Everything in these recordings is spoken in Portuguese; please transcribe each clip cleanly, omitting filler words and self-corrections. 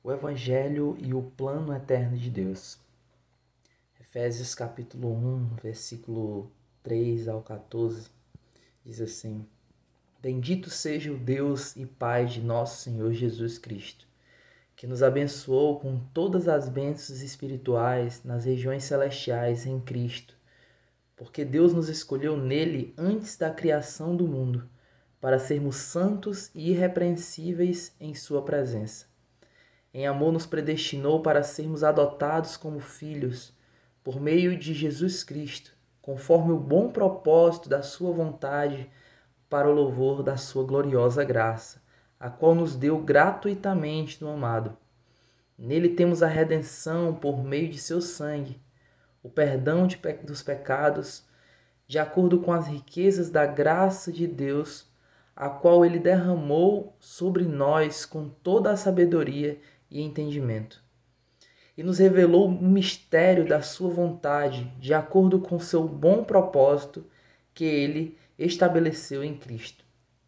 O Evangelho e o plano eterno de Deus. Efésios capítulo 1, versículo 3 ao 14, diz assim: Bendito seja o Deus e Pai de nosso Senhor Jesus Cristo, que nos abençoou com todas as bênçãos espirituais nas regiões celestiais em Cristo, porque Deus nos escolheu nele antes da criação do mundo, para sermos santos e irrepreensíveis em sua presença. Em amor nos predestinou para sermos adotados como filhos, por meio de Jesus Cristo, conforme o bom propósito da sua vontade, para o louvor da sua gloriosa graça, a qual nos deu gratuitamente no amado. Nele temos a redenção por meio de seu sangue, o perdão dos pecados, de acordo com as riquezas da graça de Deus, a qual ele derramou sobre nós com toda a sabedoria e entendimento. E nos revelou o mistério da sua vontade, de acordo com seu bom propósito que ele estabeleceu em Cristo.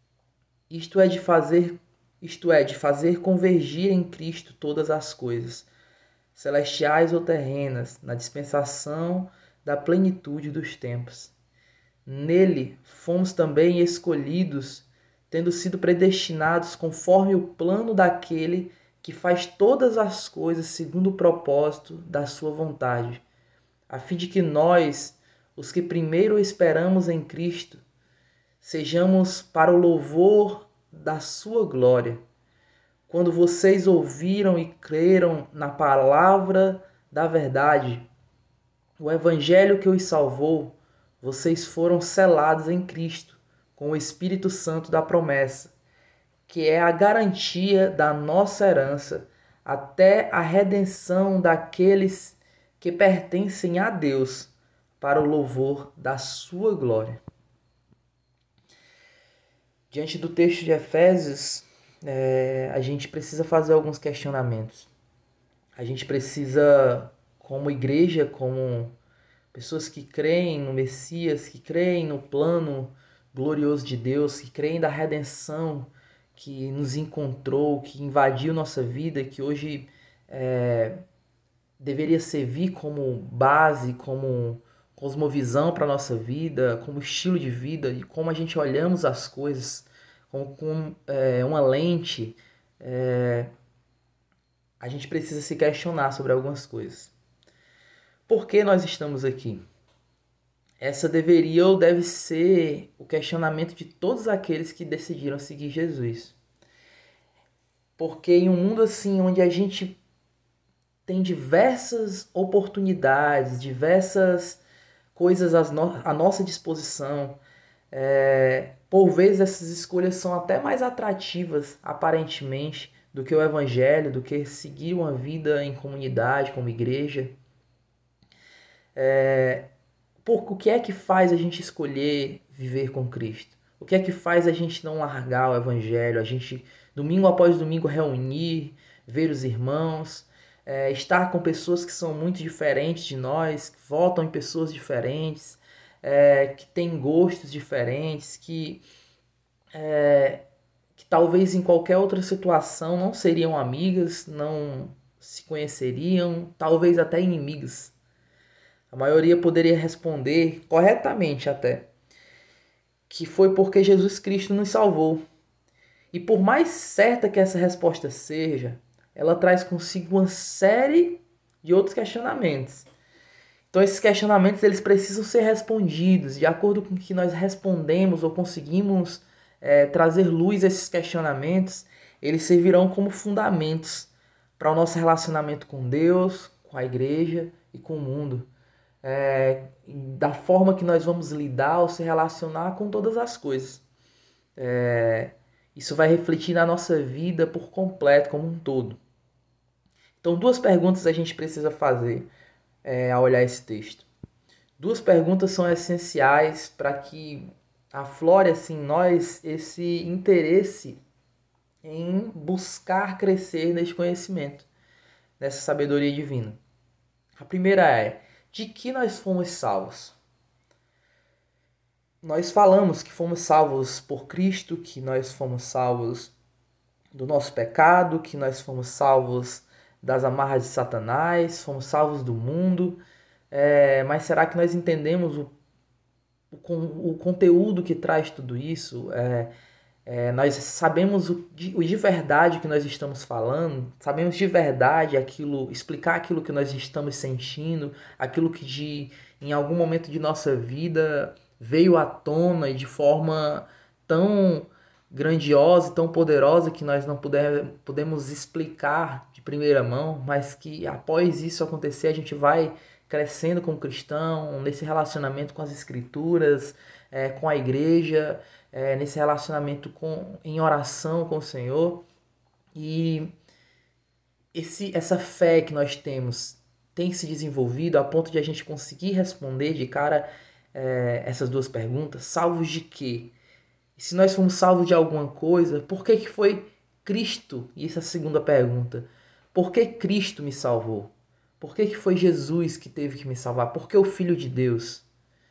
Isto é de fazer convergir em Cristo todas as coisas, celestiais ou terrenas, na dispensação da plenitude dos tempos. Nele fomos também escolhidos, tendo sido predestinados conforme o plano daquele que faz todas as coisas segundo o propósito da sua vontade, a fim de que nós, os que primeiro esperamos em Cristo, sejamos para o louvor da sua glória. Quando vocês ouviram e creram na palavra da verdade, o evangelho que os salvou, vocês foram selados em Cristo com o Espírito Santo da promessa, que é a garantia da nossa herança até a redenção daqueles que pertencem a Deus, para o louvor da sua glória. Diante do texto de Efésios, a gente precisa fazer alguns questionamentos. A gente precisa, como igreja, como pessoas que creem no Messias, que creem no plano glorioso de Deus, que creem da redenção que nos encontrou, que invadiu nossa vida, que hoje deveria servir como base, como cosmovisão para a nossa vida, como estilo de vida e como a gente olhamos as coisas com uma lente. A gente precisa se questionar sobre algumas coisas. Por que nós estamos aqui? Essa deveria ou deve ser o questionamento de todos aqueles que decidiram seguir Jesus. Porque em um mundo assim, onde a gente tem diversas oportunidades, diversas coisas à nossa disposição, por vezes essas escolhas são até mais atrativas, aparentemente, do que o evangelho, do que seguir uma vida em comunidade, como igreja. O que é que faz a gente escolher viver com Cristo? O que é que faz a gente não largar o evangelho, a gente, domingo após domingo, reunir, ver os irmãos, estar com pessoas que são muito diferentes de nós, que votam em pessoas diferentes, que têm gostos diferentes, que talvez em qualquer outra situação não seriam amigas, não se conheceriam, talvez até inimigas. A maioria poderia responder corretamente até, que foi porque Jesus Cristo nos salvou. E por mais certa que essa resposta seja, ela traz consigo uma série de outros questionamentos. Então esses questionamentos eles precisam ser respondidos. De acordo com o que nós respondemos ou conseguimos trazer luz a esses questionamentos, eles servirão como fundamentos para o nosso relacionamento com Deus, com a igreja e com o mundo. Da forma que nós vamos lidar ou se relacionar com todas as coisas. Isso vai refletir na nossa vida por completo, como um todo. Então, duas perguntas a gente precisa fazer ao olhar esse texto. Duas perguntas são essenciais para que aflore assim, em nós esse interesse em buscar crescer neste conhecimento, nessa sabedoria divina. A primeira é: de que nós fomos salvos? Nós falamos que fomos salvos por Cristo, que nós fomos salvos do nosso pecado, que nós fomos salvos das amarras de Satanás, fomos salvos do mundo, mas será que nós entendemos o conteúdo que traz tudo isso? Nós sabemos o de verdade que nós estamos falando, sabemos de verdade explicar aquilo que nós estamos sentindo, aquilo que em algum momento de nossa vida veio à tona e de forma tão grandiosa e tão poderosa que nós não podemos explicar de primeira mão, mas que após isso acontecer a gente vai crescendo como cristão, nesse relacionamento com as escrituras, com a igreja, nesse relacionamento em oração com o Senhor. E essa fé que nós temos tem se desenvolvido a ponto de a gente conseguir responder de cara essas duas perguntas. Salvos de quê? E se nós fomos salvos de alguma coisa, por que foi Cristo? E essa é a segunda pergunta. Por que Cristo me salvou? Por que foi Jesus que teve que me salvar? Por que o Filho de Deus?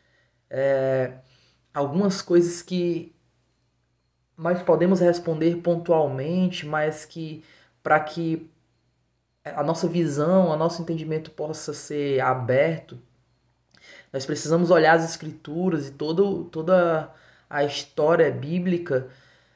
Algumas coisas que nós podemos responder pontualmente, mas que para que a nossa visão, o nosso entendimento possa ser aberto, nós precisamos olhar as escrituras e toda a história bíblica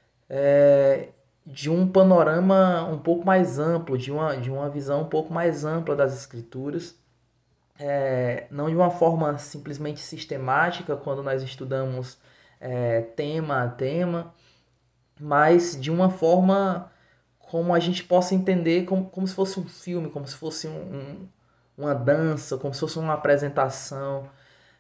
de um panorama um pouco mais amplo, de uma visão um pouco mais ampla das escrituras, não de uma forma simplesmente sistemática, quando nós estudamos tema a tema, mas de uma forma como a gente possa entender como se fosse um filme, como se fosse uma dança, como se fosse uma apresentação.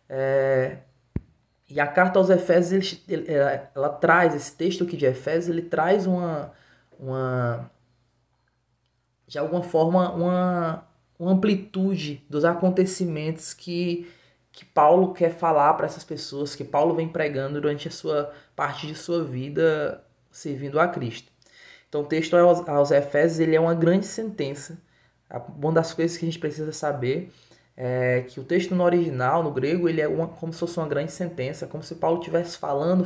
E a carta aos Efésios, ela traz, esse texto aqui de Efésios, ele traz de alguma forma, uma amplitude dos acontecimentos que Paulo quer falar para essas pessoas, que Paulo vem pregando durante a sua parte de sua vida servindo a Cristo. Então o texto aos Efésios, ele é uma grande sentença. Uma das coisas que a gente precisa saber é que o texto no original, no grego, ele é como se fosse uma grande sentença, como se Paulo estivesse falando,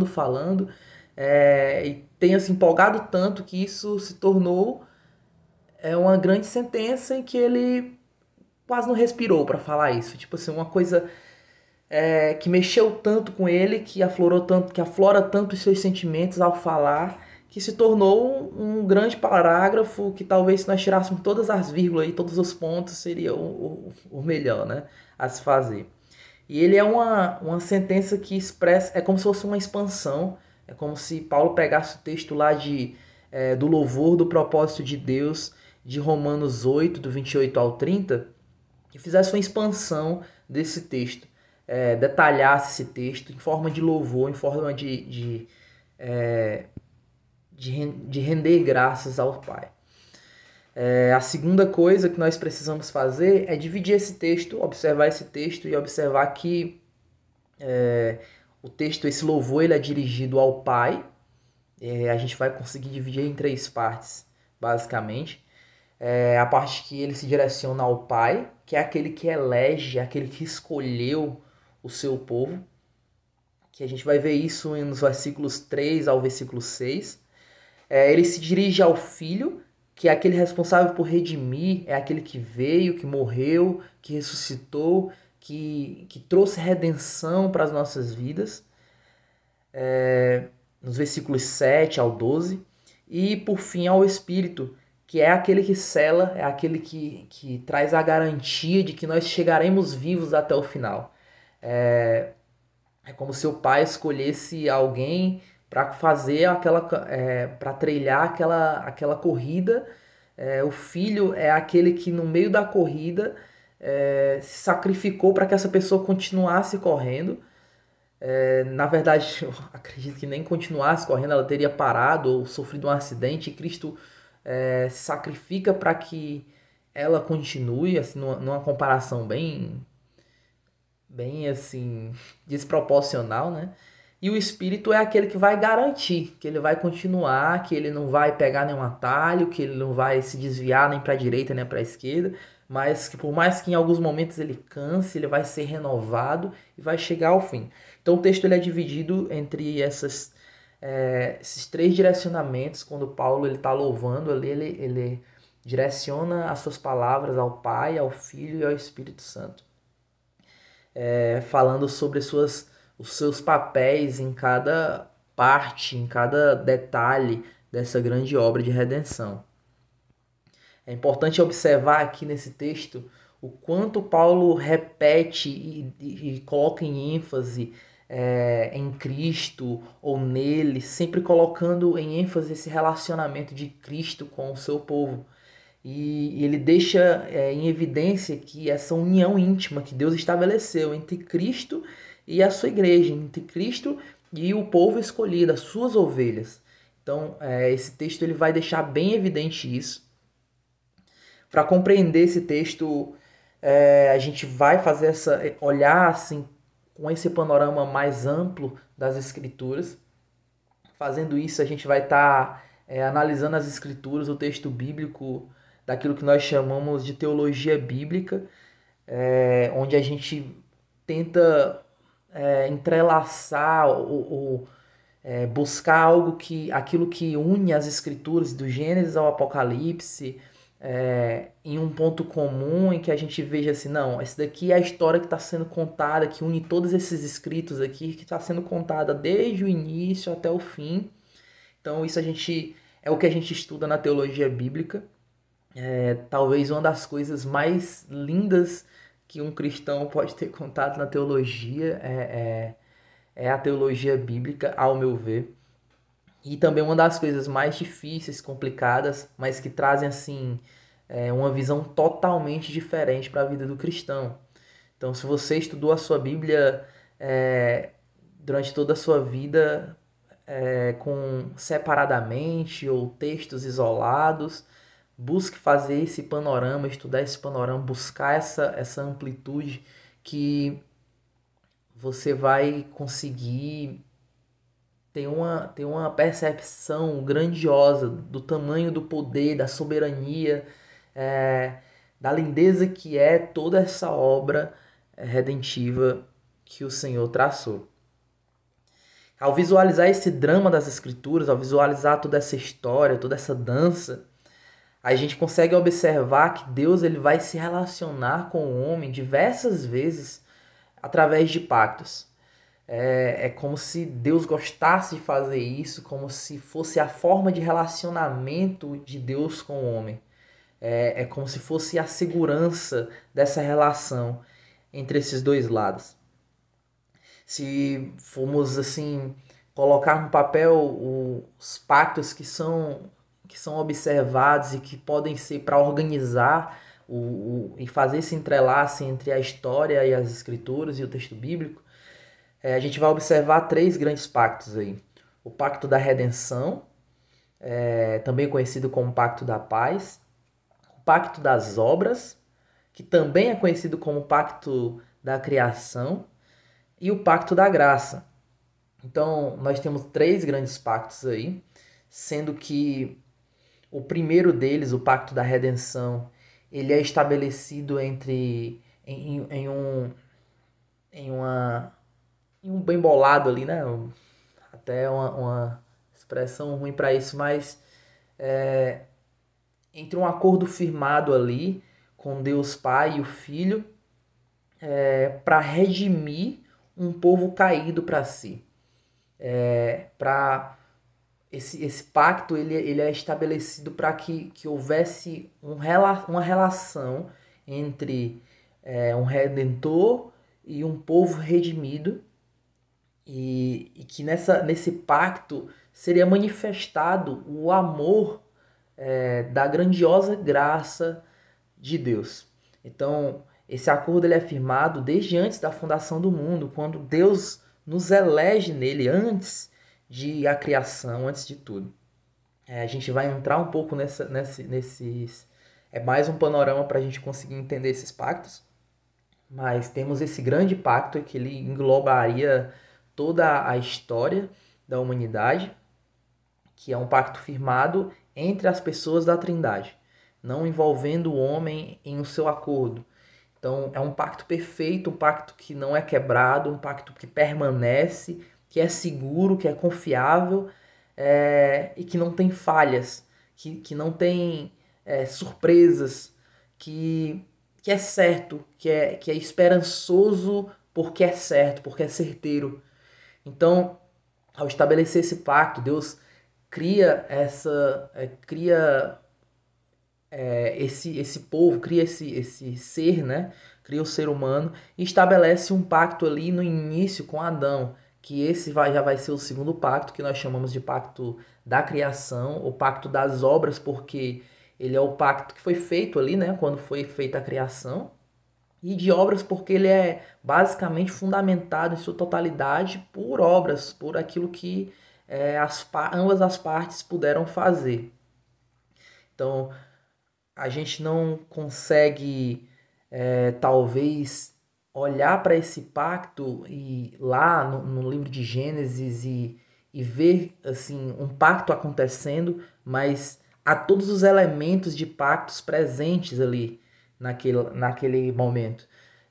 e tenha se empolgado tanto que isso se tornou uma grande sentença em que ele quase não respirou para falar isso. Tipo assim, uma coisa que mexeu tanto com ele, que aflora tanto os seus sentimentos ao falar, que se tornou um grande parágrafo que talvez se nós tirássemos todas as vírgulas e todos os pontos seria o melhor, né, a se fazer. E ele é uma sentença que expressa, é como se fosse uma expansão, é como se Paulo pegasse o texto lá do louvor do propósito de Deus, de Romanos 8, do 28 ao 30, e fizesse uma expansão desse texto, detalhasse esse texto em forma de louvor, em forma de render graças ao Pai. A segunda coisa que nós precisamos fazer é dividir esse texto, observar esse texto e observar que o texto, esse louvor, ele é dirigido ao Pai. A gente vai conseguir dividir em 3 partes, basicamente. A parte que ele se direciona ao Pai, que é aquele que elege, aquele que escolheu o seu povo, que a gente vai ver isso nos versículos 3 ao versículo 6. Ele se dirige ao Filho, que é aquele responsável por redimir, é aquele que veio, que morreu, que ressuscitou, que trouxe redenção para as nossas vidas, nos versículos 7 ao 12. E por fim ao Espírito, que é aquele que sela, é aquele que traz a garantia de que nós chegaremos vivos até o final. É como se o Pai escolhesse alguém para fazer para trilhar aquela corrida. O Filho é aquele que no meio da corrida se sacrificou para que essa pessoa continuasse correndo. Na verdade, eu acredito que nem continuasse correndo, ela teria parado ou sofrido um acidente, e Cristo se sacrifica para que ela continue, assim, numa comparação bem assim, desproporcional, né? E o Espírito é aquele que vai garantir que ele vai continuar, que ele não vai pegar nenhum atalho, que ele não vai se desviar nem para a direita nem para a esquerda, mas que por mais que em alguns momentos ele canse, ele vai ser renovado e vai chegar ao fim. Então o texto ele é dividido entre esses 3 direcionamentos. Quando Paulo está louvando ali, ele direciona as suas palavras ao Pai, ao Filho e ao Espírito Santo, falando sobre os seus papéis em cada parte, em cada detalhe dessa grande obra de redenção. É importante observar aqui nesse texto o quanto Paulo repete e coloca em ênfase em Cristo ou nele, sempre colocando em ênfase esse relacionamento de Cristo com o seu povo. E ele deixa em evidência que essa união íntima que Deus estabeleceu entre Cristo e a sua igreja, entre Cristo e o povo escolhido, as suas ovelhas. Então, esse texto ele vai deixar bem evidente isso. Para compreender esse texto, a gente vai fazer olhar assim com esse panorama mais amplo das Escrituras. Fazendo isso, a gente vai estar analisando as Escrituras, o texto bíblico, daquilo que nós chamamos de teologia bíblica, onde a gente tenta entrelaçar buscar aquilo que une as Escrituras, do Gênesis ao Apocalipse, em um ponto comum em que a gente veja assim, não, essa daqui é a história que está sendo contada, que une todos esses escritos aqui, que está sendo contada desde o início até o fim. Então isso é o que a gente estuda na teologia bíblica. Talvez uma das coisas mais lindas que um cristão pode ter contato na teologia é a teologia bíblica, ao meu ver. E também uma das coisas mais difíceis, complicadas, mas que trazem assim uma visão totalmente diferente para a vida do cristão. Então, se você estudou a sua Bíblia durante toda a sua vida separadamente ou textos isolados, busque fazer esse panorama, estudar esse panorama, buscar essa amplitude que você vai conseguir ter uma percepção grandiosa do tamanho do poder, da soberania, da lindeza que é toda essa obra redentiva que o Senhor traçou. Ao visualizar esse drama das Escrituras, ao visualizar toda essa história, toda essa dança, a gente consegue observar que Deus ele vai se relacionar com o homem diversas vezes através de pactos. É como se Deus gostasse de fazer isso, como se fosse a forma de relacionamento de Deus com o homem. É como se fosse a segurança dessa relação entre esses dois lados. Se formos assim colocar no papel os pactos que são observados e que podem ser para organizar e fazer esse entrelace entre a história e as escrituras e o texto bíblico, a gente vai observar 3 grandes pactos aí. O pacto da redenção, também conhecido como pacto da paz. O pacto das obras, que também é conhecido como pacto da criação. E o pacto da graça. Então, nós temos 3 grandes pactos aí, sendo que o primeiro deles, o pacto da redenção, ele é estabelecido em um bem bolado ali, né? Até uma expressão ruim para isso, mas entre um acordo firmado ali com Deus Pai e o Filho para redimir um povo caído para si. Esse pacto ele é estabelecido para que houvesse uma relação entre um redentor e um povo redimido, e que nesse pacto seria manifestado o amor da grandiosa graça de Deus. Então, esse acordo ele é firmado desde antes da fundação do mundo, quando Deus nos elege nele antes de a criação, antes de tudo. A gente vai entrar um pouco nesses... É mais um panorama para a gente conseguir entender esses pactos, mas temos esse grande pacto que ele englobaria toda a história da humanidade, que é um pacto firmado entre as pessoas da Trindade, não envolvendo o homem em o seu acordo. Então é um pacto perfeito, um pacto que não é quebrado, um pacto que permanece, que é seguro, que é confiável e que não tem falhas, que não tem surpresas, que é certo, que é esperançoso porque é certo, porque é certeiro. Então, ao estabelecer esse pacto, Deus cria esse povo, cria esse ser, né? Cria o ser humano e estabelece um pacto ali no início com Adão, que já vai ser o segundo pacto, que nós chamamos de pacto da criação, o pacto das obras, porque ele é o pacto que foi feito ali, né? Quando foi feita a criação, e de obras porque ele é basicamente fundamentado em sua totalidade por obras, por aquilo que ambas as partes puderam fazer. Então, a gente não consegue, talvez, olhar para esse pacto e lá no livro de Gênesis e ver assim um pacto acontecendo, mas há todos os elementos de pactos presentes ali naquele momento.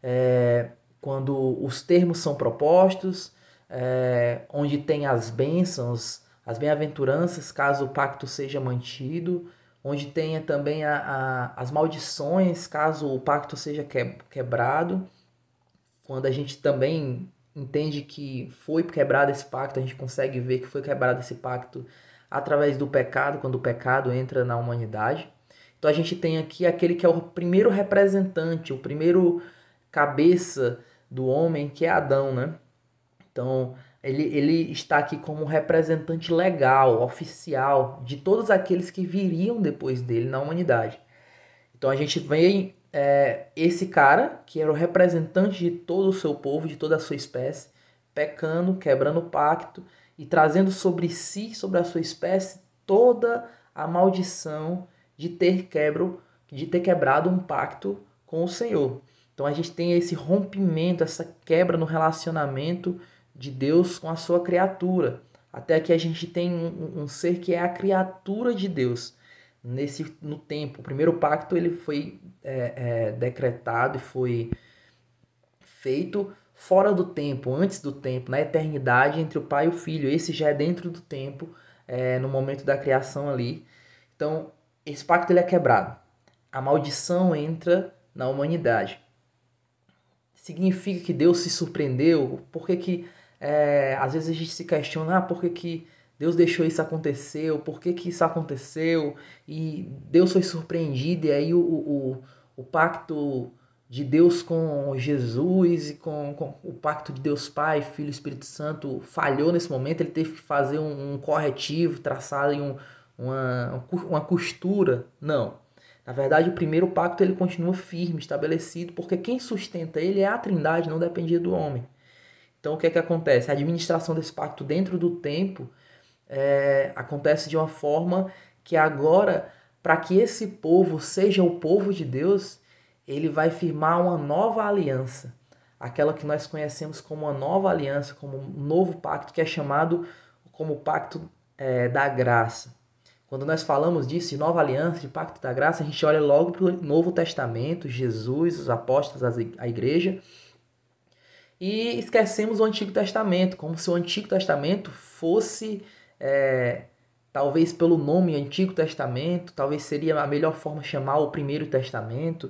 Quando os termos são propostos, onde tem as bênçãos, as bem-aventuranças, caso o pacto seja mantido, onde tenha também as maldições, caso o pacto seja quebrado. Quando a gente também entende que foi quebrado esse pacto, a gente consegue ver que foi quebrado esse pacto através do pecado, quando o pecado entra na humanidade. Então a gente tem aqui aquele que é o primeiro representante, o primeiro cabeça do homem, que é Adão, né? Então, ele está aqui como representante legal, oficial, de todos aqueles que viriam depois dele na humanidade. Então, a gente vê esse cara, que era o representante de todo o seu povo, de toda a sua espécie, pecando, quebrando o pacto e trazendo sobre si, sobre a sua espécie, toda a maldição de ter quebrado um pacto com o Senhor. Então a gente tem esse rompimento, essa quebra no relacionamento de Deus com a sua criatura. Até que a gente tem um ser que é a criatura de Deus no tempo. O primeiro pacto ele foi decretado e foi feito fora do tempo, antes do tempo, na eternidade entre o Pai e o Filho. Esse já é dentro do tempo, no momento da criação ali. Então, esse pacto ele é quebrado. A maldição entra na humanidade. Significa que Deus se surpreendeu? Por que às vezes a gente se questiona, por que Deus deixou isso acontecer? Por que isso aconteceu? E Deus foi surpreendido, e aí o pacto de Deus com Jesus e com o pacto de Deus Pai, Filho e Espírito Santo falhou nesse momento, ele teve que fazer um corretivo, traçar uma costura. Não. Na verdade, o primeiro pacto ele continua firme, estabelecido, porque quem sustenta ele é a Trindade, não dependia do homem. Então, o que é que acontece? A administração desse pacto dentro do tempo acontece de uma forma que agora, para que esse povo seja o povo de Deus, ele vai firmar uma nova aliança. Aquela que nós conhecemos como uma nova aliança, como um novo pacto, que é chamado como o pacto da graça. Quando nós falamos disso, de nova aliança, de pacto da graça, a gente olha logo para o Novo Testamento, Jesus, os apóstolos, a igreja, e esquecemos o Antigo Testamento, como se o Antigo Testamento fosse, talvez pelo nome Antigo Testamento, talvez seria a melhor forma de chamar o Primeiro Testamento.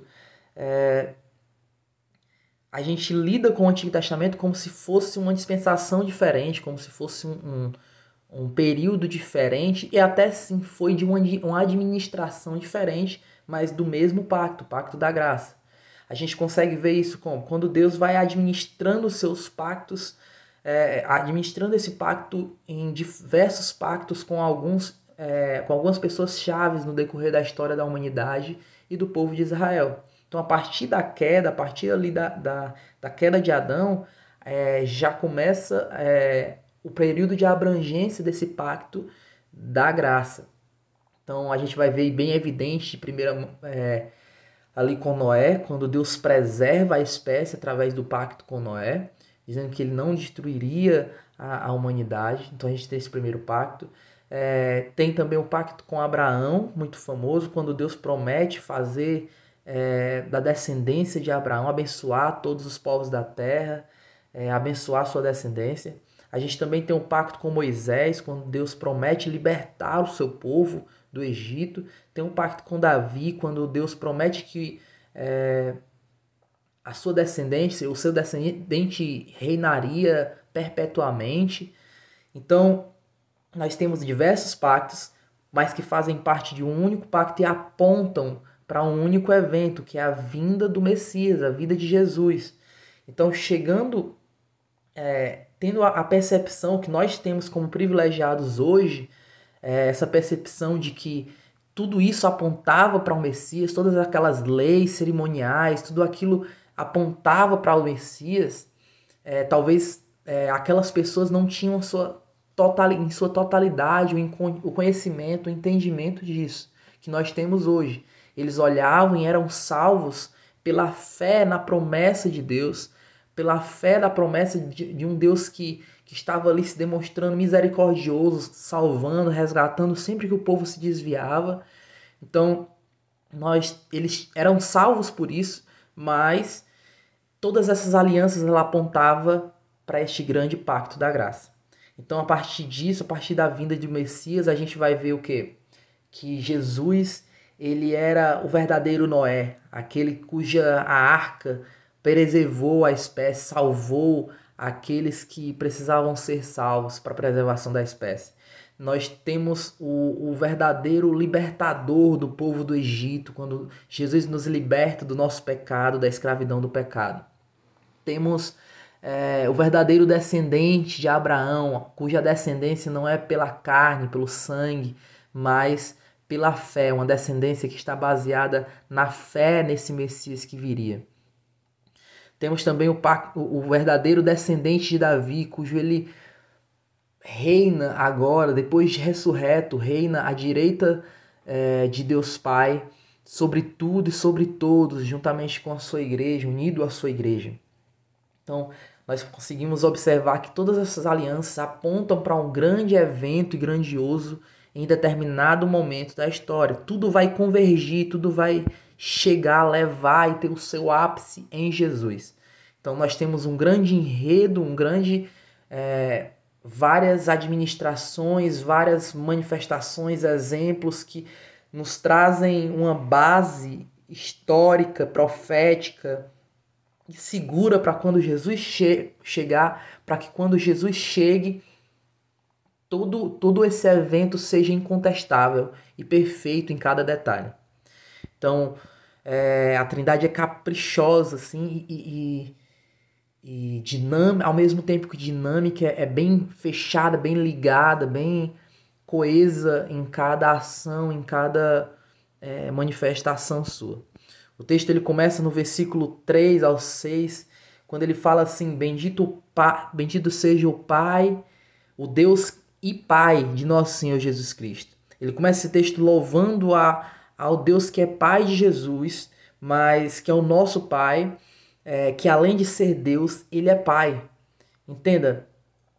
A gente lida com o Antigo Testamento como se fosse uma dispensação diferente, como se fosse um período diferente, e até sim foi de uma administração diferente, mas do mesmo pacto, o pacto da graça. A gente consegue ver isso quando Deus vai administrando os seus pactos, administrando esse pacto em diversos pactos com algumas pessoas chaves no decorrer da história da humanidade e do povo de Israel. Então, a partir da queda, a partir ali da queda de Adão, já começa o período de abrangência desse pacto da graça. Então, a gente vai ver bem evidente, primeiro, ali com Noé, quando Deus preserva a espécie através do pacto com Noé, dizendo que ele não destruiria a humanidade. Então, a gente tem esse primeiro pacto. Tem também o pacto com Abraão, muito famoso, quando Deus promete fazer da descendência de Abraão, abençoar todos os povos da terra, abençoar sua descendência. A gente também tem um pacto com Moisés, quando Deus promete libertar o seu povo do Egito, tem um pacto com Davi, quando Deus promete que a sua descendência, o seu descendente reinaria perpetuamente. Então, nós temos diversos pactos, mas que fazem parte de um único pacto e apontam para um único evento, que é a vinda do Messias, a vida de Jesus. Então, tendo a percepção que nós temos como privilegiados hoje, essa percepção de que tudo isso apontava para o Messias, todas aquelas leis cerimoniais, tudo aquilo apontava para o Messias, talvez aquelas pessoas não tinham em sua totalidade o conhecimento, o entendimento disso que nós temos hoje. Eles olhavam e eram salvos pela fé na promessa de Deus, pela fé na promessa de um Deus que estava ali se demonstrando misericordioso, salvando, resgatando sempre que o povo se desviava. Então, eles eram salvos por isso, mas todas essas alianças ela apontava para este grande pacto da graça. Então, a partir disso, a partir da vinda de Messias, a gente vai ver o quê? Que Jesus, ele era o verdadeiro Noé, aquele cuja a arca preservou a espécie, salvou aqueles que precisavam ser salvos para a preservação da espécie. Nós temos o verdadeiro libertador do povo do Egito, quando Jesus nos liberta do nosso pecado, da escravidão do pecado. Temos o verdadeiro descendente de Abraão, cuja descendência não é pela carne, pelo sangue, mas pela fé, uma descendência que está baseada na fé nesse Messias que viria. Temos também o verdadeiro descendente de Davi, cujo ele reina agora, depois de ressurreto, reina à direita de Deus Pai, sobre tudo e sobre todos, juntamente com a sua igreja, unido à sua igreja. Então, nós conseguimos observar que todas essas alianças apontam para um grande evento e grandioso em determinado momento da história. Tudo vai convergir, tudo vai chegar, levar e ter o seu ápice em Jesus. Então, nós temos um grande enredo, várias administrações, várias manifestações, exemplos que nos trazem uma base histórica, profética, e segura para quando Jesus chegar, para que quando Jesus chegue, todo esse evento seja incontestável e perfeito em cada detalhe. Então, a Trindade é caprichosa assim, e dinâmica, ao mesmo tempo que dinâmica, é bem fechada, bem ligada, bem coesa em cada ação, em cada manifestação sua. O texto ele começa no versículo 3 ao 6, quando ele fala assim: bendito seja o Pai, o Deus e Pai de nosso Senhor Jesus Cristo. Ele começa esse texto louvando ao Deus que é Pai de Jesus, mas que é o nosso Pai, que além de ser Deus, ele é Pai. Entenda,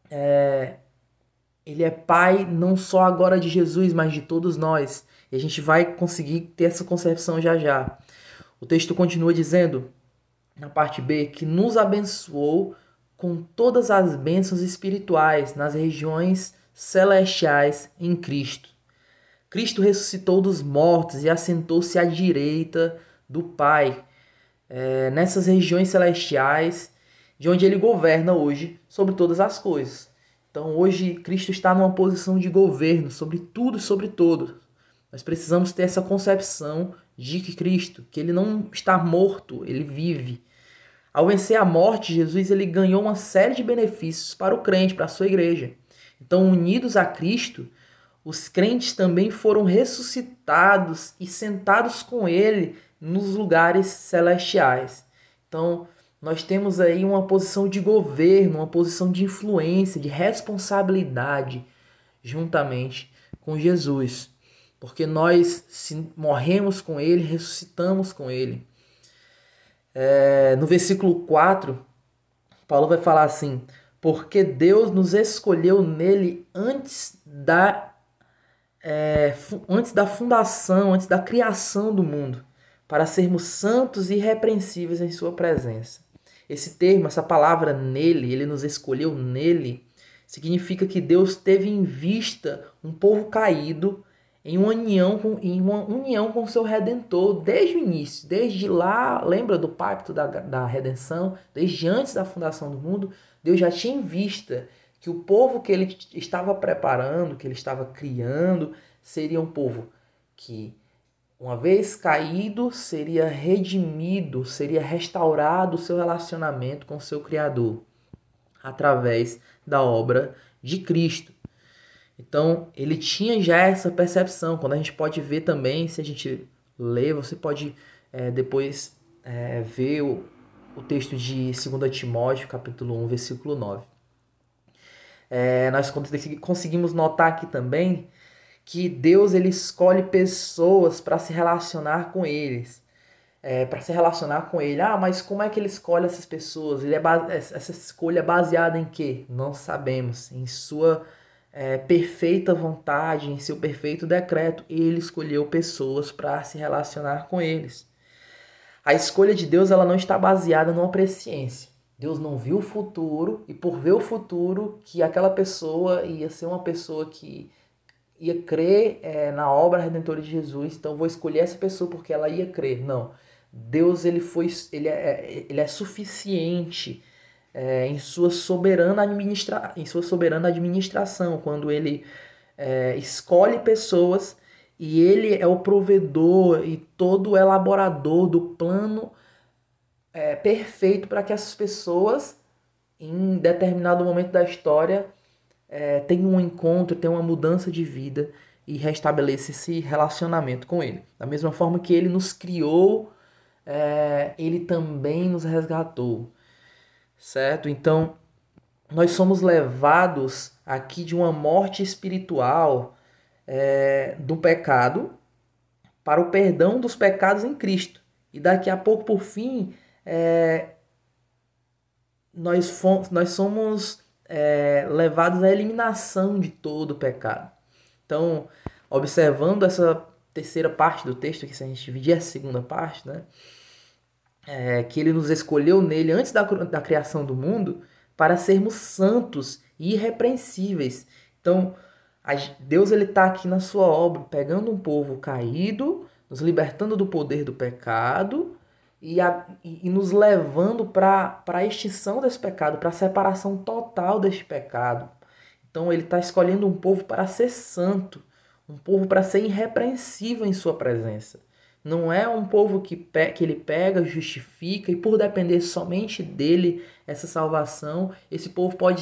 ele é Pai não só agora de Jesus, mas de todos nós. E a gente vai conseguir ter essa concepção já já. O texto continua dizendo, na parte B, que nos abençoou com todas as bênçãos espirituais nas regiões celestiais em Cristo. Cristo ressuscitou dos mortos e assentou-se à direita do Pai, nessas regiões celestiais, de onde ele governa hoje sobre todas as coisas. Então hoje Cristo está numa posição de governo sobre tudo e sobre todos. Nós precisamos ter essa concepção de que Cristo, que ele não está morto, ele vive. Ao vencer a morte, Jesus ele ganhou uma série de benefícios para o crente, para a sua igreja. Então, unidos a Cristo, os crentes também foram ressuscitados e sentados com ele nos lugares celestiais. Então, nós temos aí uma posição de governo, uma posição de influência, de responsabilidade, juntamente com Jesus. Porque nós, se morremos com ele, ressuscitamos com ele. No versículo 4, Paulo vai falar assim: porque Deus nos escolheu nele antes da fundação, antes da criação do mundo, para sermos santos e irrepreensíveis em sua presença. Esse termo, essa palavra nele, ele nos escolheu nele, significa que Deus teve em vista um povo caído em uma união com o seu Redentor, desde o início, desde lá, lembra do pacto da redenção, desde antes da fundação do mundo, Deus já tinha em vista que o povo que ele estava preparando, que ele estava criando, seria um povo que, uma vez caído, seria redimido, seria restaurado o seu relacionamento com o seu Criador, através da obra de Cristo. Então, ele tinha já essa percepção. Quando a gente pode ver também, se a gente ler, você pode depois ver o texto de 2 Timóteo, capítulo 1, versículo 9. Nós conseguimos notar aqui também que Deus ele escolhe pessoas para se relacionar com eles. Para se relacionar com ele. Mas como é que ele escolhe essas pessoas? Essa escolha é baseada em quê? Não sabemos. Em sua perfeita vontade, em seu perfeito decreto, ele escolheu pessoas para se relacionar com eles. A escolha de Deus ela não está baseada numa presciência. Deus não viu o futuro e por ver o futuro que aquela pessoa ia ser uma pessoa que ia crer na obra redentora de Jesus, então vou escolher essa pessoa porque ela ia crer. Não. Deus ele é suficiente em sua soberana administração, quando ele escolhe pessoas e ele é o provedor e todo o elaborador do plano perfeito para que essas pessoas, em determinado momento da história, tenham um encontro, tenham uma mudança de vida e restabeleça esse relacionamento com ele. Da mesma forma que ele nos criou, ele também nos resgatou. Certo? Então, nós somos levados aqui de uma morte espiritual do pecado para o perdão dos pecados em Cristo. E daqui a pouco, por fim, nós somos levados à eliminação de todo o pecado. Então, observando essa terceira parte do texto, que se a gente dividir a segunda parte, né? Que ele nos escolheu nele antes da criação do mundo para sermos santos e irrepreensíveis. Então, Deus está aqui na sua obra, pegando um povo caído, nos libertando do poder do pecado e nos levando para a extinção desse pecado, para a separação total deste pecado. Então, ele está escolhendo um povo para ser santo, um povo para ser irrepreensível em sua presença. Não é um povo que ele pega, justifica e por depender somente dele, essa salvação, esse povo pode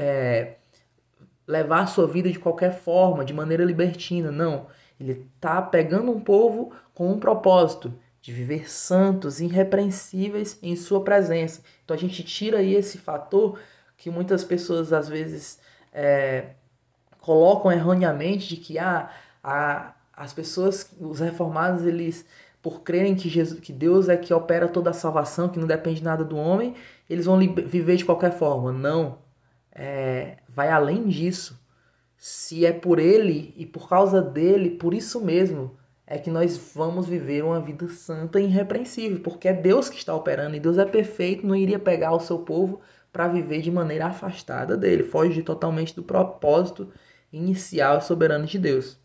levar a sua vida de qualquer forma, de maneira libertina. Não, ele está pegando um povo com um propósito, de viver santos, irrepreensíveis em sua presença. Então a gente tira aí esse fator que muitas pessoas às vezes colocam erroneamente de que as pessoas, os reformados, eles, por crerem que Deus é que opera toda a salvação, que não depende nada do homem, eles vão viver de qualquer forma. Não. Vai além disso. Se é por ele e por causa dele, por isso mesmo, é que nós vamos viver uma vida santa e irrepreensível, porque é Deus que está operando e Deus é perfeito, não iria pegar o seu povo para viver de maneira afastada dele, foge totalmente do propósito inicial e soberano de Deus.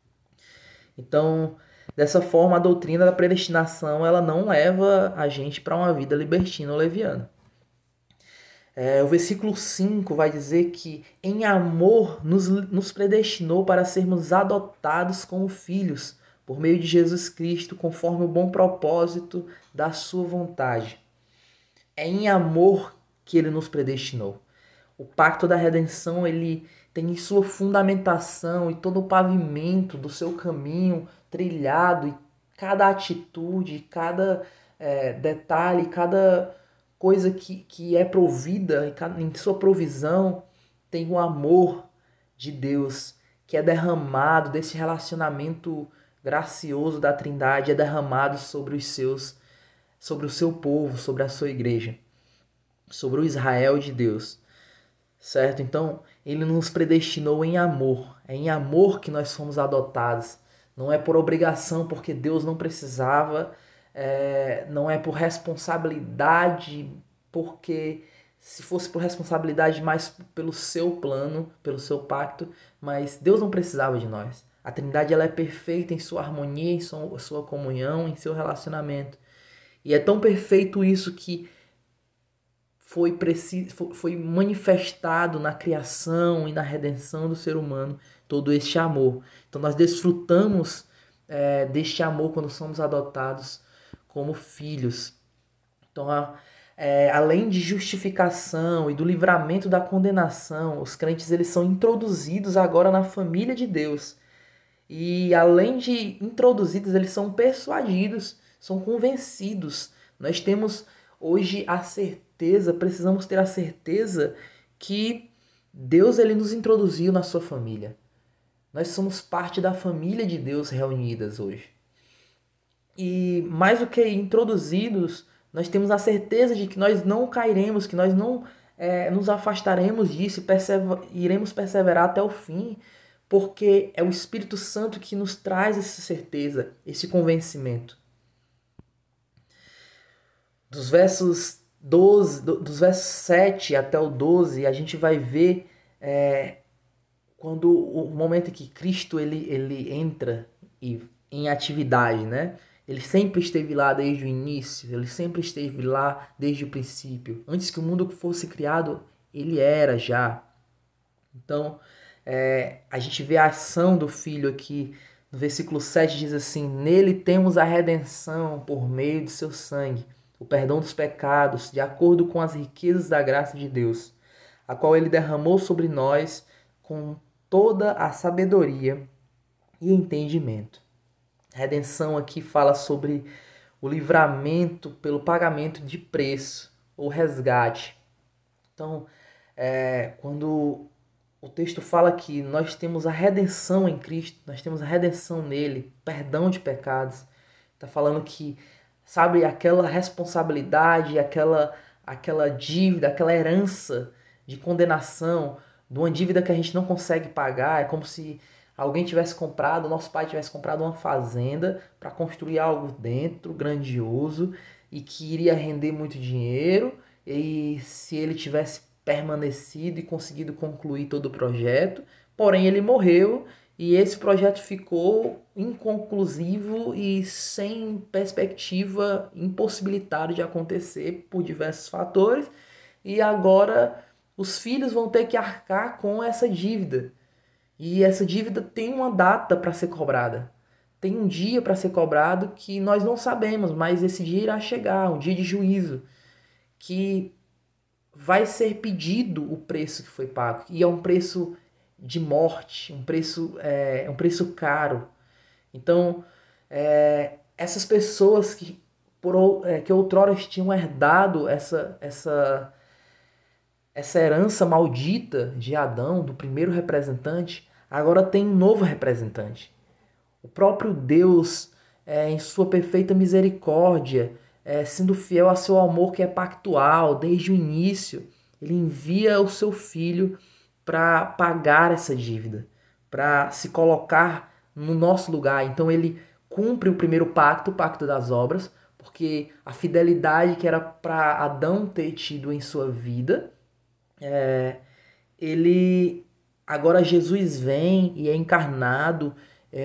Então, dessa forma, a doutrina da predestinação ela não leva a gente para uma vida libertina ou leviana. O versículo 5 vai dizer que em amor nos predestinou para sermos adotados como filhos por meio de Jesus Cristo, conforme o bom propósito da sua vontade. É em amor que ele nos predestinou. O pacto da redenção ele tem em sua fundamentação e todo o pavimento do seu caminho trilhado, e cada atitude, cada detalhe, cada coisa que é provida, em sua provisão, tem o amor de Deus que é derramado desse relacionamento gracioso da Trindade, é derramado sobre o seu povo, sobre a sua igreja, sobre o Israel de Deus. Certo? Então, ele nos predestinou em amor. É em amor que nós fomos adotados. Não é por obrigação, porque Deus não precisava. Não é por responsabilidade, porque se fosse por responsabilidade, mais pelo seu plano, pelo seu pacto. Mas Deus não precisava de nós. A Trindade ela é perfeita em sua harmonia, em sua comunhão, em seu relacionamento. E é tão perfeito isso que foi manifestado na criação e na redenção do ser humano todo este amor. Então nós desfrutamos deste amor quando somos adotados como filhos. Então, além de justificação e do livramento da condenação, os crentes eles são introduzidos agora na família de Deus. E além de introduzidos, eles são persuadidos, são convencidos. Nós temos hoje a certeza, precisamos ter a certeza que Deus ele nos introduziu na sua família. Nós somos parte da família de Deus reunidas hoje. E mais do que introduzidos, nós temos a certeza de que nós não cairemos, que nós não nos afastaremos disso e iremos perseverar até o fim, porque é o Espírito Santo que nos traz essa certeza, esse convencimento. Dos versos 7 até o 12, a gente vai ver quando o momento em que Cristo ele entra em atividade, né? Ele sempre esteve lá desde o início, ele sempre esteve lá desde o princípio. Antes que o mundo fosse criado, ele era já. Então, a gente vê a ação do Filho aqui. No versículo 7 diz assim: nele temos a redenção por meio de seu sangue, o perdão dos pecados, de acordo com as riquezas da graça de Deus, a qual ele derramou sobre nós com toda a sabedoria e entendimento. A redenção aqui fala sobre o livramento pelo pagamento de preço, ou resgate. Então, quando o texto fala que nós temos a redenção em Cristo, nós temos a redenção nele, perdão de pecados, está falando que, sabe, aquela responsabilidade, aquela dívida, aquela herança de condenação, de uma dívida que a gente não consegue pagar, é como se alguém tivesse comprado, nosso pai tivesse comprado uma fazenda para construir algo dentro, grandioso, e que iria render muito dinheiro, e se ele tivesse permanecido e conseguido concluir todo o projeto, porém ele morreu e esse projeto ficou inconclusivo e sem perspectiva, impossibilitado de acontecer por diversos fatores, e agora os filhos vão ter que arcar com essa dívida. E essa dívida tem uma data para ser cobrada. Tem um dia para ser cobrado que nós não sabemos, mas esse dia irá chegar, um dia de juízo, que vai ser pedido o preço que foi pago. E é um preço de morte, um preço caro. Então, essas pessoas que outrora tinham herdado essa herança maldita de Adão, do primeiro representante, agora tem um novo representante. O próprio Deus, em sua perfeita misericórdia, sendo fiel a seu amor que é pactual desde o início, ele envia o seu Filho para pagar essa dívida, para se colocar no nosso lugar. Então ele cumpre o primeiro pacto, o pacto das obras, porque a fidelidade que era para Adão ter tido em sua vida, agora Jesus vem e é encarnado,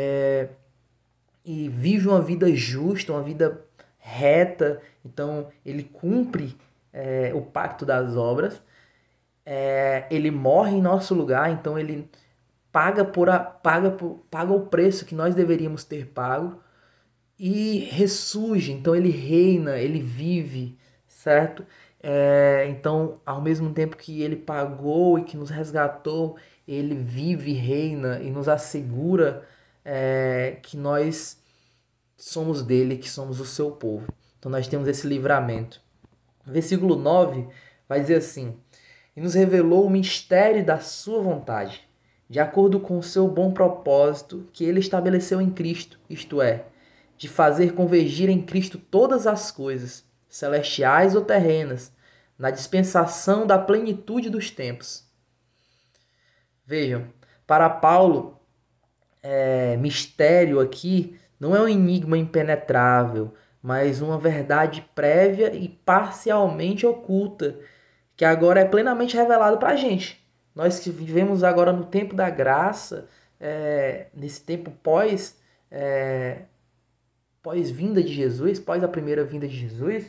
e vive uma vida justa, uma vida reta. Então ele cumpre o pacto das obras, ele morre em nosso lugar, então ele paga o preço que nós deveríamos ter pago e ressurge, então ele reina, ele vive, certo? Então, ao mesmo tempo que ele pagou e que nos resgatou, ele vive, reina e nos assegura que nós somos dele, que somos o seu povo. Então nós temos esse livramento. Versículo 9 vai dizer assim: e nos revelou o mistério da sua vontade, de acordo com o seu bom propósito que ele estabeleceu em Cristo, isto é, de fazer convergir em Cristo todas as coisas, celestiais ou terrenas, na dispensação da plenitude dos tempos. Vejam, para Paulo, mistério aqui não é um enigma impenetrável, mas uma verdade prévia e parcialmente oculta, que agora é plenamente revelado para a gente. Nós que vivemos agora no tempo da graça, nesse tempo pós-vinda de Jesus, pós a primeira vinda de Jesus,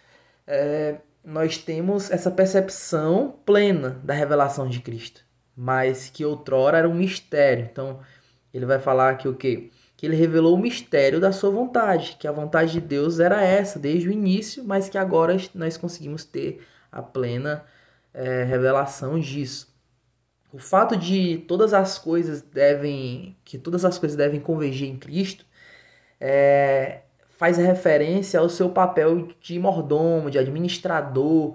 nós temos essa percepção plena da revelação de Cristo, mas que outrora era um mistério. Então, ele vai falar aqui o quê? Que ele revelou o mistério da sua vontade, que a vontade de Deus era essa desde o início, mas que agora nós conseguimos ter a plena revelação disso. O fato de que todas as coisas devem convergir em Cristo faz referência ao seu papel de mordomo, de administrador,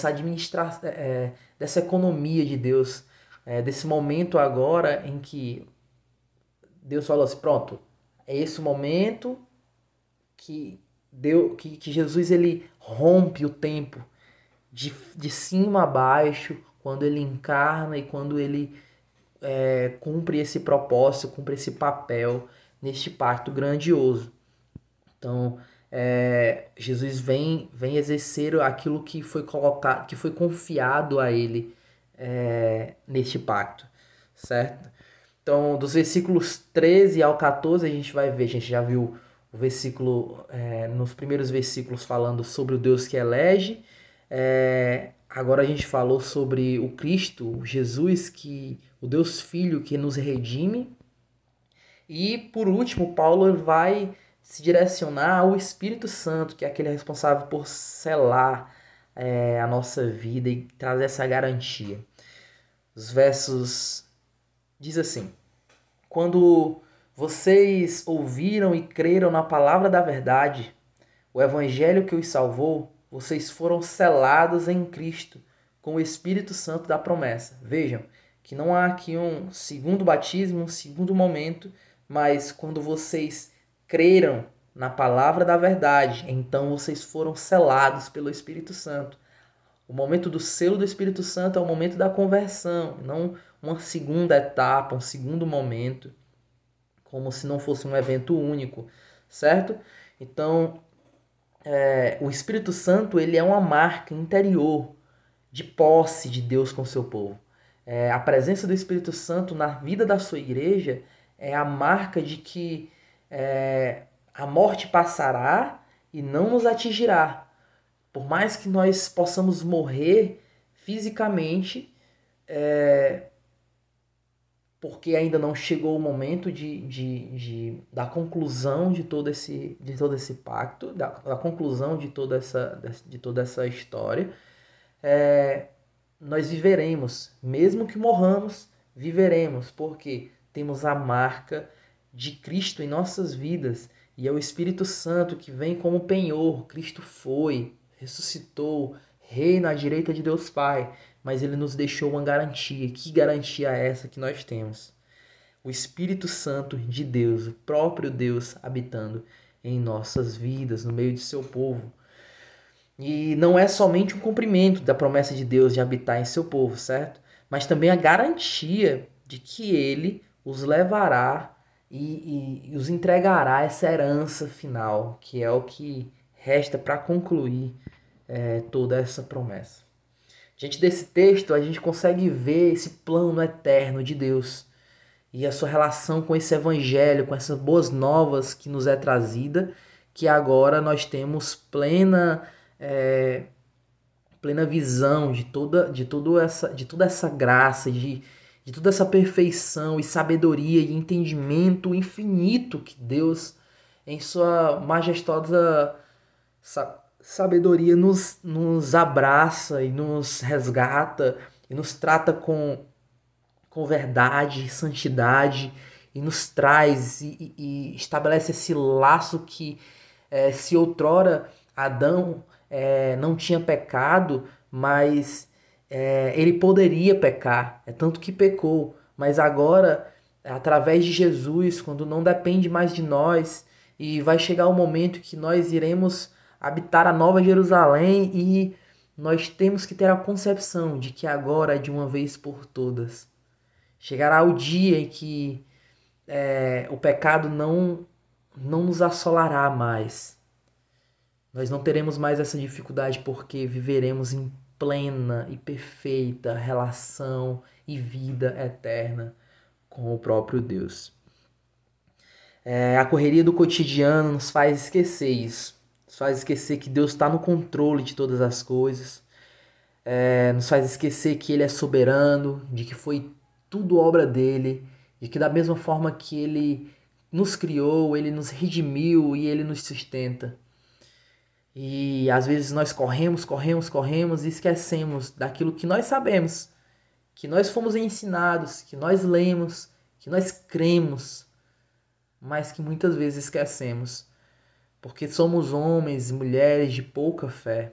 dessa economia de Deus, desse momento agora em que Deus falou assim, pronto, é esse o momento que Jesus ele rompe o tempo de cima a baixo, quando ele encarna e quando ele cumpre esse propósito, cumpre esse papel neste pacto grandioso. Então, Jesus vem exercer aquilo que foi colocado, que foi confiado a ele neste pacto, certo? Então, dos versículos 13 ao 14, a gente vai ver, a gente já viu o versículo, nos primeiros versículos falando sobre o Deus que elege. Agora a gente falou sobre o Cristo, o Jesus, o Deus Filho que nos redime. E, por último, Paulo vai se direcionar ao Espírito Santo, que é aquele responsável por selar a nossa vida e trazer essa garantia. Os versos diz assim: quando vocês ouviram e creram na palavra da verdade, o evangelho que os salvou, vocês foram selados em Cristo com o Espírito Santo da promessa. Vejam que não há aqui um segundo batismo, um segundo momento, mas quando vocês creram na palavra da verdade, então vocês foram selados pelo Espírito Santo. O momento do selo do Espírito Santo é o momento da conversão, não uma segunda etapa, um segundo momento, como se não fosse um evento único, certo? Então, o Espírito Santo ele é uma marca interior de posse de Deus com o seu povo. A presença do Espírito Santo na vida da sua igreja é a marca de que a morte passará e não nos atingirá. Por mais que nós possamos morrer fisicamente, porque ainda não chegou o momento da conclusão de todo esse pacto, da conclusão de toda essa história, nós viveremos, mesmo que morramos, viveremos, porque temos a marca de Cristo em nossas vidas, e é o Espírito Santo que vem como penhor. Cristo foi, ressuscitou, reina à direita de Deus Pai, mas ele nos deixou uma garantia. Que garantia é essa que nós temos? O Espírito Santo de Deus, o próprio Deus habitando em nossas vidas, no meio de seu povo. E não é somente um cumprimento da promessa de Deus de habitar em seu povo, certo? Mas também a garantia de que ele os levará e os entregará essa herança final, que é o que resta para concluir toda essa promessa. Diante desse texto, a gente consegue ver esse plano eterno de Deus e a sua relação com esse evangelho, com essas boas novas que nos é trazida, que agora nós temos plena visão de toda essa graça, de toda essa perfeição e sabedoria e entendimento infinito que Deus, em sua majestosa sabedoria, nos abraça e nos resgata e nos trata com verdade e santidade e nos traz e estabelece esse laço que, se outrora Adão não tinha pecado, mas ele poderia pecar, tanto que pecou, mas agora, através de Jesus, quando não depende mais de nós, e vai chegar o momento que nós iremos habitar a Nova Jerusalém, e nós temos que ter a concepção de que agora, de uma vez por todas, chegará o dia em que o pecado não nos assolará mais. Nós não teremos mais essa dificuldade porque viveremos em plena e perfeita relação e vida eterna com o próprio Deus. A correria do cotidiano nos faz esquecer isso. Nos faz esquecer que Deus está no controle de todas as coisas. Nos faz esquecer que Ele é soberano, de que foi tudo obra dele, de que da mesma forma que Ele nos criou, Ele nos redimiu e Ele nos sustenta. E às vezes nós corremos e esquecemos daquilo que nós sabemos, que nós fomos ensinados, que nós lemos, que nós cremos, mas que muitas vezes esquecemos, porque somos homens e mulheres de pouca fé.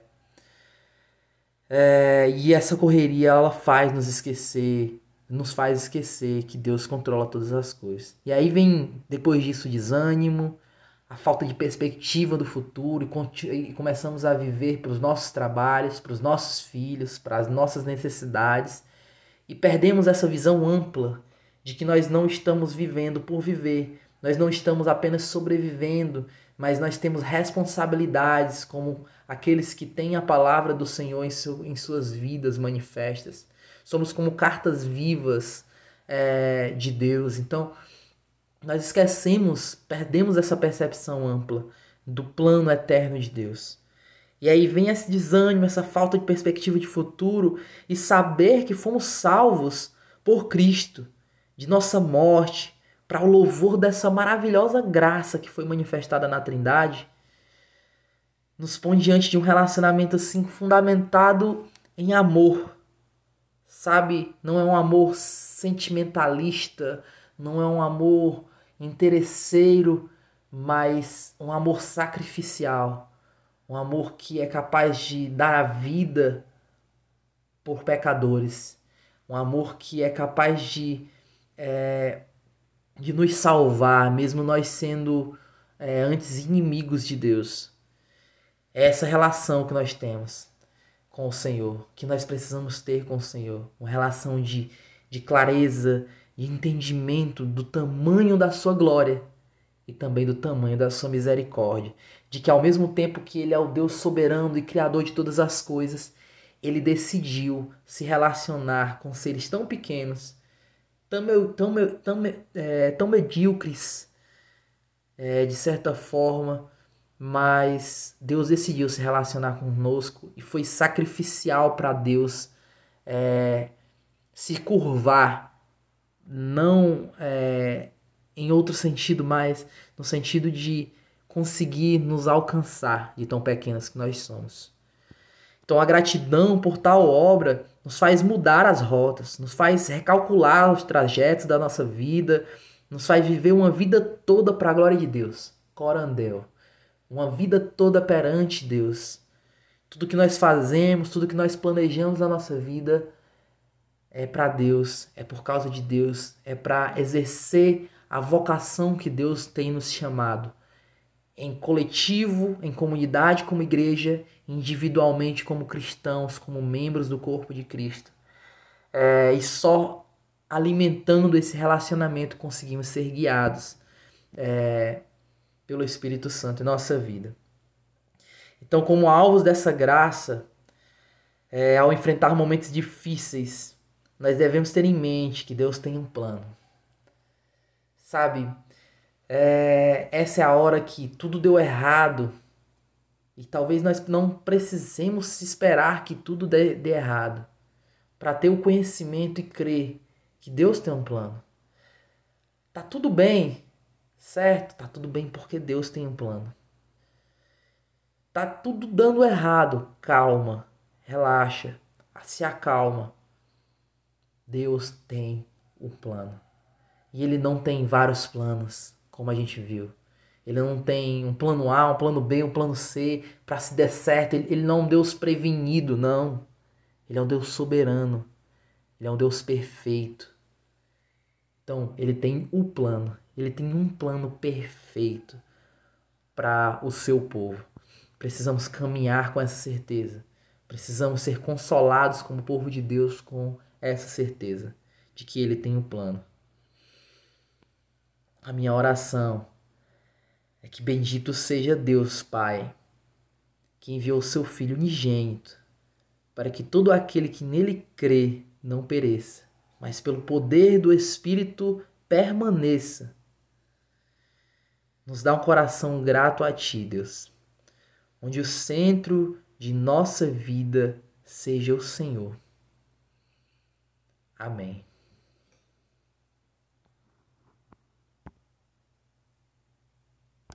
E essa correria ela nos faz esquecer que Deus controla todas as coisas. E aí vem depois disso o desânimo, a falta de perspectiva do futuro e começamos a viver para os nossos trabalhos, para os nossos filhos, para as nossas necessidades e perdemos essa visão ampla de que nós não estamos vivendo por viver, nós não estamos apenas sobrevivendo, mas nós temos responsabilidades como aqueles que têm a palavra do Senhor em suas vidas manifestas. Somos como cartas vivas de Deus. Então, nós perdemos essa percepção ampla do plano eterno de Deus. E aí vem esse desânimo, essa falta de perspectiva de futuro e saber que fomos salvos por Cristo, de nossa morte, para o louvor dessa maravilhosa graça que foi manifestada na Trindade, nos põe diante de um relacionamento assim fundamentado em amor. Sabe? Não é um amor sentimentalista, não é um amor interesseiro, mas um amor sacrificial. Um amor que é capaz de dar a vida por pecadores. Um amor que é capaz de nos salvar, mesmo nós sendo antes inimigos de Deus. É essa relação que nós temos com o Senhor, que nós precisamos ter com o Senhor. Uma relação de clareza, de entendimento do tamanho da sua glória e também do tamanho da sua misericórdia. De que ao mesmo tempo que Ele é o Deus soberano e criador de todas as coisas, Ele decidiu se relacionar com seres tão pequenos, tão medíocres, de certa forma, mas Deus decidiu se relacionar conosco e foi sacrificial para Deus se curvar, não em outro sentido, mas no sentido de conseguir nos alcançar de tão pequenas que nós somos. Então a gratidão por tal obra nos faz mudar as rotas, nos faz recalcular os trajetos da nossa vida, nos faz viver uma vida toda para a glória de Deus. Corandel. Uma vida toda perante Deus. Tudo que nós fazemos, tudo que nós planejamos na nossa vida é para Deus, é por causa de Deus, é para exercer a vocação que Deus tem nos chamado. Em coletivo, em comunidade como igreja, individualmente como cristãos, como membros do corpo de Cristo. E só alimentando esse relacionamento conseguimos ser guiados pelo Espírito Santo em nossa vida. Então, como alvos dessa graça, ao enfrentar momentos difíceis, nós devemos ter em mente que Deus tem um plano. Sabe, essa é a hora que tudo deu errado e talvez nós não precisemos esperar que tudo dê errado para ter o conhecimento e crer que Deus tem um plano. Tá tudo bem, certo? Tá tudo bem porque Deus tem um plano. Tá tudo dando errado, calma, relaxa, se acalma. Deus tem um plano. E Ele não tem vários planos, como a gente viu. Ele não tem um plano A, um plano B, um plano C, para se der certo. Ele não é um Deus prevenido, não. Ele é um Deus soberano. Ele é um Deus perfeito. Então, Ele tem um plano. Ele tem um plano perfeito para o seu povo. Precisamos caminhar com essa certeza. Precisamos ser consolados como povo de Deus com essa certeza de que Ele tem um plano. A minha oração é que bendito seja Deus, Pai, que enviou o seu Filho unigênito, para que todo aquele que nele crê não pereça, mas pelo poder do Espírito permaneça. Nos dá um coração grato a Ti, Deus, onde o centro de nossa vida seja o Senhor. Amém.